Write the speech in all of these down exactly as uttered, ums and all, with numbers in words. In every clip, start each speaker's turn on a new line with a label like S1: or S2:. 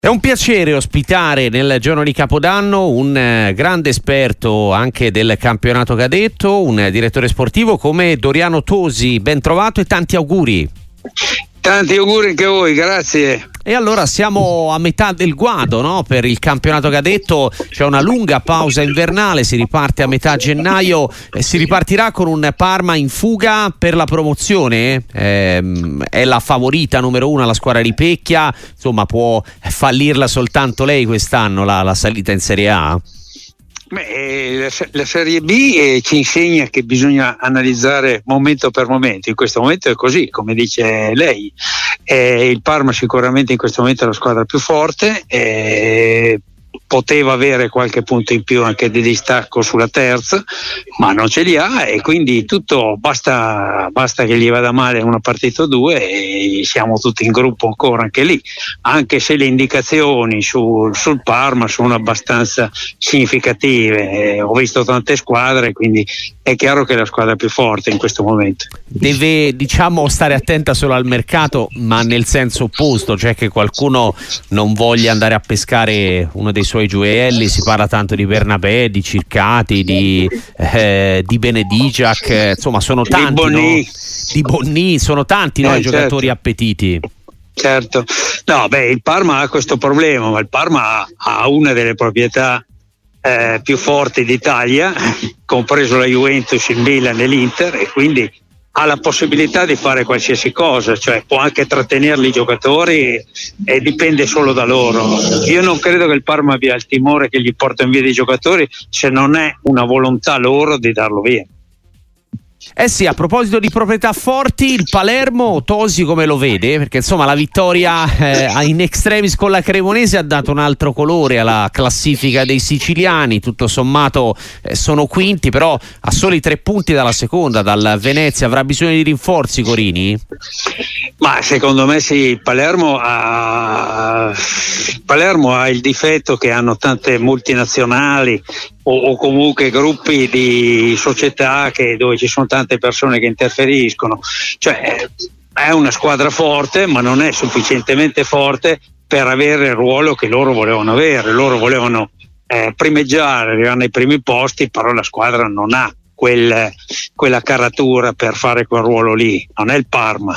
S1: È un piacere ospitare nel giorno di Capodanno un eh, grande esperto anche del campionato cadetto, un eh, direttore sportivo come Doriano Tosi. Ben trovato e tanti auguri.
S2: Tanti auguri anche a voi, grazie.
S1: E allora siamo a metà del guado, no? Per il campionato cadetto c'è una lunga pausa invernale, si riparte a metà gennaio e si ripartirà con un Parma in fuga per la promozione. Ehm, è la favorita numero uno, la squadra di Pecchia, insomma può fallirla soltanto lei quest'anno la, la salita in Serie A?
S2: Beh, la, la Serie B eh, ci insegna che bisogna analizzare momento per momento. In questo momento è così, come dice lei. Eh, il Parma sicuramente in questo momento è la squadra più forte, eh, poteva avere qualche punto in più anche di distacco sulla terza, ma non ce li ha, e quindi tutto basta, basta che gli vada male una partita o due e siamo tutti in gruppo ancora anche lì, anche se le indicazioni sul, sul Parma sono abbastanza significative. Eh, ho visto tante squadre, quindi è chiaro che è la squadra più forte in questo momento.
S1: Deve, diciamo, stare attenta solo al mercato, ma nel senso opposto, cioè che qualcuno non voglia andare a pescare uno dei suoi gioielli. Si parla tanto di Bernabé, di Circati, di, eh, di Benedigiac, eh, insomma sono tanti, di Bonni, no? Di Bonni sono tanti, no, eh, i giocatori certo. appetiti.
S2: Certo, no, beh, il Parma ha questo problema, ma il Parma ha una delle proprietà eh, più forti d'Italia, compreso la Juventus, il Milan e l'Inter, e quindi ha la possibilità di fare qualsiasi cosa, cioè può anche trattenerli i giocatori e dipende solo da loro. Io non credo che il Parma abbia il timore che gli portano via dei giocatori se non è una volontà loro di darlo via.
S1: Eh sì, a proposito di proprietà forti, il Palermo, Tosi come lo vede? Perché insomma la vittoria eh, in extremis con la Cremonese ha dato un altro colore alla classifica dei siciliani. Tutto sommato eh, sono quinti, però a soli tre punti dalla seconda, dal Venezia. Avrà bisogno di rinforzi, Corini?
S2: Ma secondo me sì, il Palermo ha, il Palermo ha il difetto che hanno tante multinazionali o, o comunque gruppi di società che, dove ci sono tante persone che interferiscono, cioè è una squadra forte ma non è sufficientemente forte per avere il ruolo che loro volevano avere. Loro volevano eh, primeggiare, arrivare ai primi posti, però la squadra non ha quel, quella caratura per fare quel ruolo lì, non è il Parma.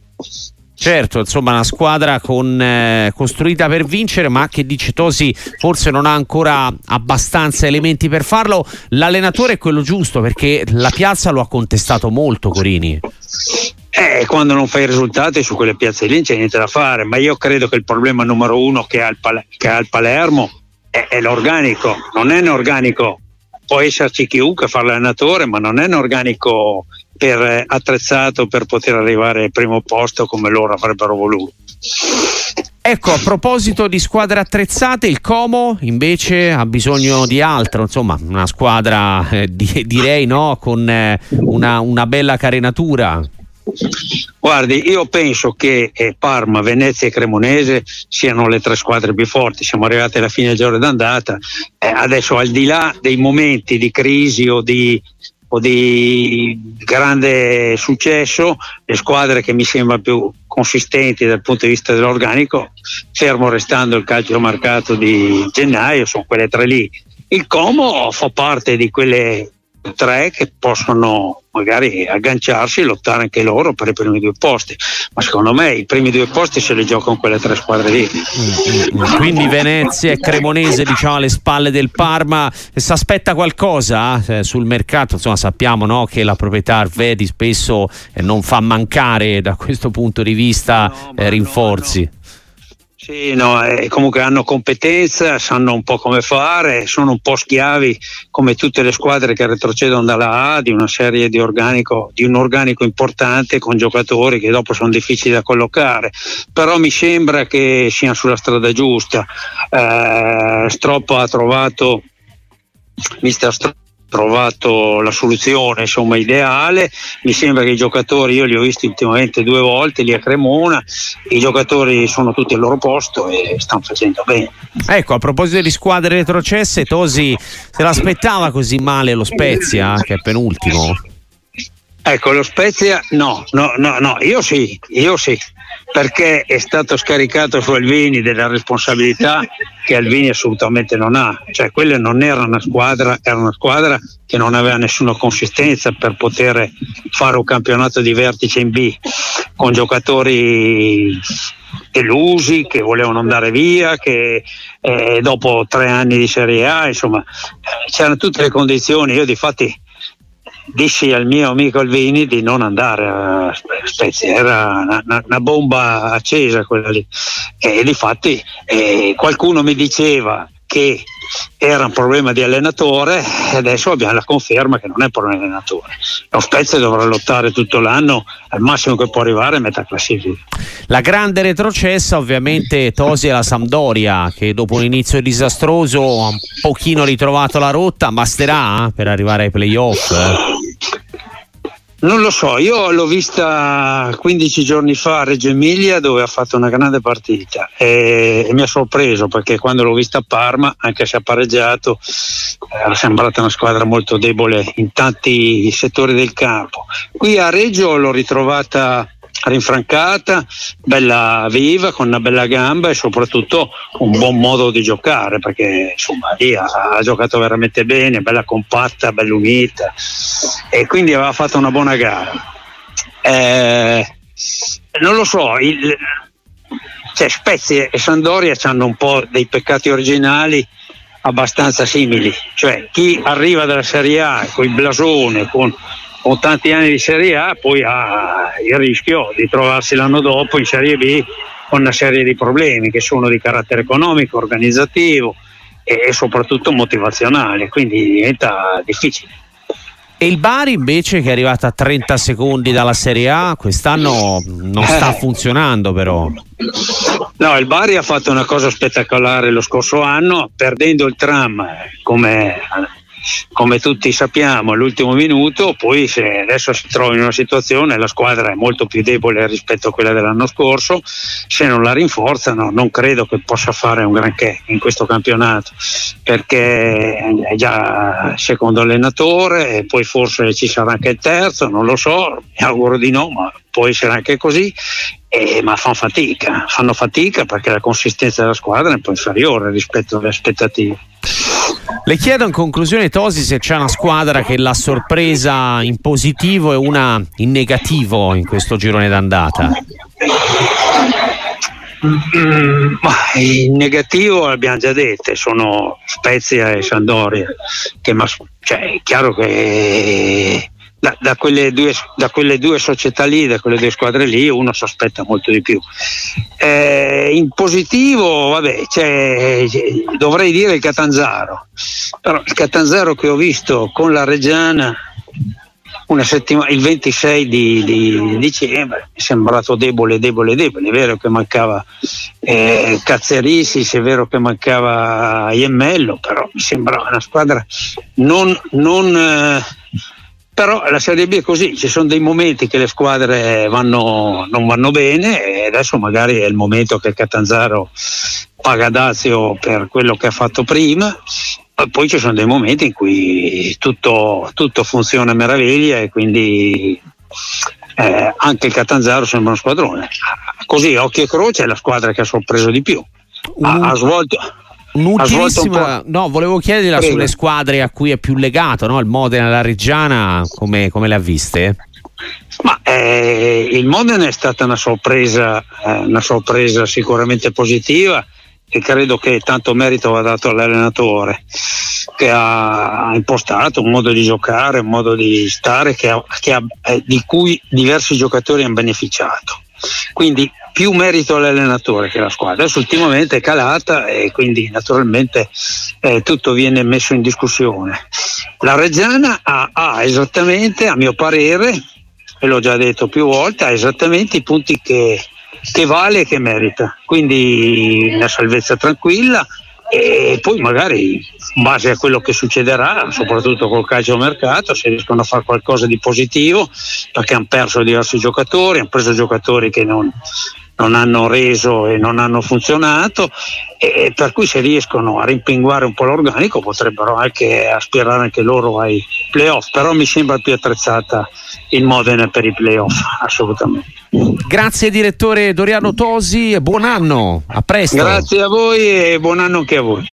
S1: Certo, insomma una squadra con, eh, costruita per vincere, ma che dice Tosi forse non ha ancora abbastanza elementi per farlo. L'allenatore è quello giusto, perché la piazza lo ha contestato molto, Corini.
S2: Eh, quando non fai i risultati su quelle piazze lì c'è niente da fare, ma io credo che il problema numero uno che ha il, Pal- che ha il Palermo è, è l'organico. Non è un organico, può esserci chiunque a fare l'allenatore, ma non è un organico per eh, attrezzato per poter arrivare al primo posto come loro avrebbero voluto.
S1: Ecco, a proposito di squadre attrezzate, il Como invece ha bisogno di altro, insomma una squadra eh, di, direi no, con eh, una, una bella carenatura.
S2: Guardi, io penso che eh, Parma, Venezia e Cremonese siano le tre squadre più forti. Siamo arrivati alla fine del giorno d'andata, eh, adesso al di là dei momenti di crisi o di o di grande successo, le squadre che mi sembrano più consistenti dal punto di vista dell'organico, fermo restando il calciomercato di gennaio, sono quelle tre lì. Il Como fa parte di quelle tre che possono magari agganciarsi e lottare anche loro per i primi due posti, ma secondo me i primi due posti se li giocano quelle tre squadre lì.
S1: Mm-hmm. Quindi Venezia e Cremonese, diciamo, alle spalle del Parma. Si aspetta qualcosa eh, sul mercato? Insomma, sappiamo, no, che la proprietà Arvedi spesso eh, non fa mancare da questo punto di vista no, eh, rinforzi.
S2: No, no. Sì, no, eh, comunque hanno competenza, sanno un po' come fare, sono un po' schiavi come tutte le squadre che retrocedono dalla A di una serie di organico, di un organico importante con giocatori che dopo sono difficili da collocare, però mi sembra che siano sulla strada giusta. Eh, Stroppa ha trovato mister Stroppa trovato la soluzione insomma ideale. Mi sembra che i giocatori, io li ho visti ultimamente due volte lì a Cremona, i giocatori sono tutti al loro posto e stanno facendo bene.
S1: Ecco, a proposito di squadre retrocesse, Tosi se l'aspettava così male lo Spezia, che è penultimo?
S2: Ecco, lo Spezia no, no, no, no, io sì, io sì. perché è stato scaricato su Alvini della responsabilità che Alvini assolutamente non ha, cioè quella non era una squadra, era una squadra che non aveva nessuna consistenza per poter fare un campionato di vertice in B, con giocatori delusi, che volevano andare via, che eh, dopo tre anni di Serie A, insomma, c'erano tutte le condizioni. Io difatti dissi al mio amico Alvini di non andare a Spezia, era una, una bomba accesa quella lì, e difatti eh, qualcuno mi diceva che era un problema di allenatore e adesso abbiamo la conferma che non è un problema di allenatore. Lo Spezia dovrà lottare tutto l'anno, al massimo che può arrivare a metà classifica.
S1: La grande retrocessa ovviamente Tosi e la Sampdoria, che dopo un inizio disastroso ha un pochino ritrovato la rotta. Basterà per arrivare ai playoff? Eh?
S2: Non lo so, io l'ho vista quindici giorni fa a Reggio Emilia, dove ha fatto una grande partita e, e mi ha sorpreso, perché quando l'ho vista a Parma, anche se ha pareggiato, era sembrata una squadra molto debole in tanti settori del campo. Qui a Reggio l'ho ritrovata rinfrancata, bella viva, con una bella gamba e soprattutto un buon modo di giocare, perché insomma lì ha, ha giocato veramente bene, bella compatta, bella unita, e quindi aveva fatto una buona gara. Eh, non lo so, il, cioè Spezia e Sampdoria hanno un po' dei peccati originali abbastanza simili, cioè chi arriva dalla Serie A con il blasone, con con tanti anni di Serie A, poi ha il rischio di trovarsi l'anno dopo in Serie B con una serie di problemi che sono di carattere economico, organizzativo e, e soprattutto motivazionale, quindi diventa difficile.
S1: E il Bari invece, che è arrivata a trenta secondi dalla Serie A, quest'anno non sta
S2: eh.
S1: funzionando però.
S2: No, il Bari ha fatto una cosa spettacolare lo scorso anno, perdendo il tram come... come tutti sappiamo all'ultimo minuto, poi se adesso si trova in una situazione, la squadra è molto più debole rispetto a quella dell'anno scorso, se non la rinforzano non credo che possa fare un granché in questo campionato, perché è già secondo allenatore e poi forse ci sarà anche il terzo, non lo so, mi auguro di no, ma può essere anche così. Eh, ma fanno fatica, fanno fatica perché la consistenza della squadra è un po' inferiore rispetto alle aspettative.
S1: Le chiedo in conclusione, Tosi, se c'è una squadra che l'ha sorpresa in positivo e una in negativo in questo girone d'andata.
S2: Mm, ma in negativo l'abbiamo già detto, sono Spezia e Sampdoria, che ma, cioè, è chiaro che Da, da, quelle due, da quelle due società lì, da quelle due squadre lì, uno si aspetta molto di più. Eh, in positivo, vabbè, c'è, dovrei dire il Catanzaro, però il Catanzaro che ho visto con la Reggiana una settimana, il ventisei di, di dicembre, mi è sembrato debole, debole, debole. È vero che mancava eh, Cazzerissis, è vero che mancava Iemmello, però mi sembrava una squadra non... non eh, però la Serie B è così, ci sono dei momenti che le squadre vanno, non vanno bene, e adesso magari è il momento che il Catanzaro paga dazio per quello che ha fatto prima, e poi ci sono dei momenti in cui tutto, tutto funziona a meraviglia e quindi eh, anche il Catanzaro sembra uno squadrone. Così, occhio e croce, è la squadra che ha sorpreso di più. Ha, ha svolto...
S1: Un'ultimissima, no, volevo chiederla sulle squadre a cui è più legato, no? Il Modena e la Reggiana, come, come le ha viste?
S2: Ma eh, il Modena è stata una sorpresa, eh, una sorpresa sicuramente positiva, e credo che tanto merito va dato all'allenatore, che ha, ha impostato un modo di giocare, un modo di stare che ha, che ha, eh, di cui diversi giocatori hanno beneficiato. Quindi più merito all'allenatore che alla squadra. Adesso ultimamente è calata e quindi naturalmente eh, tutto viene messo in discussione. La Reggiana ha, ha esattamente, a mio parere, e l'ho già detto più volte, ha esattamente i punti che, che vale e che merita, quindi una salvezza tranquilla, e poi magari in base a quello che succederà, soprattutto col calciomercato, se riescono a fare qualcosa di positivo, perché hanno perso diversi giocatori, hanno preso giocatori che non non hanno reso e non hanno funzionato, e per cui se riescono a rimpinguare un po' l'organico potrebbero anche aspirare anche loro ai playoff, però mi sembra più attrezzata il Modena per i playoff, assolutamente.
S1: Grazie direttore Doriano Tosi e buon anno, a presto.
S2: Grazie a voi e buon anno anche a voi.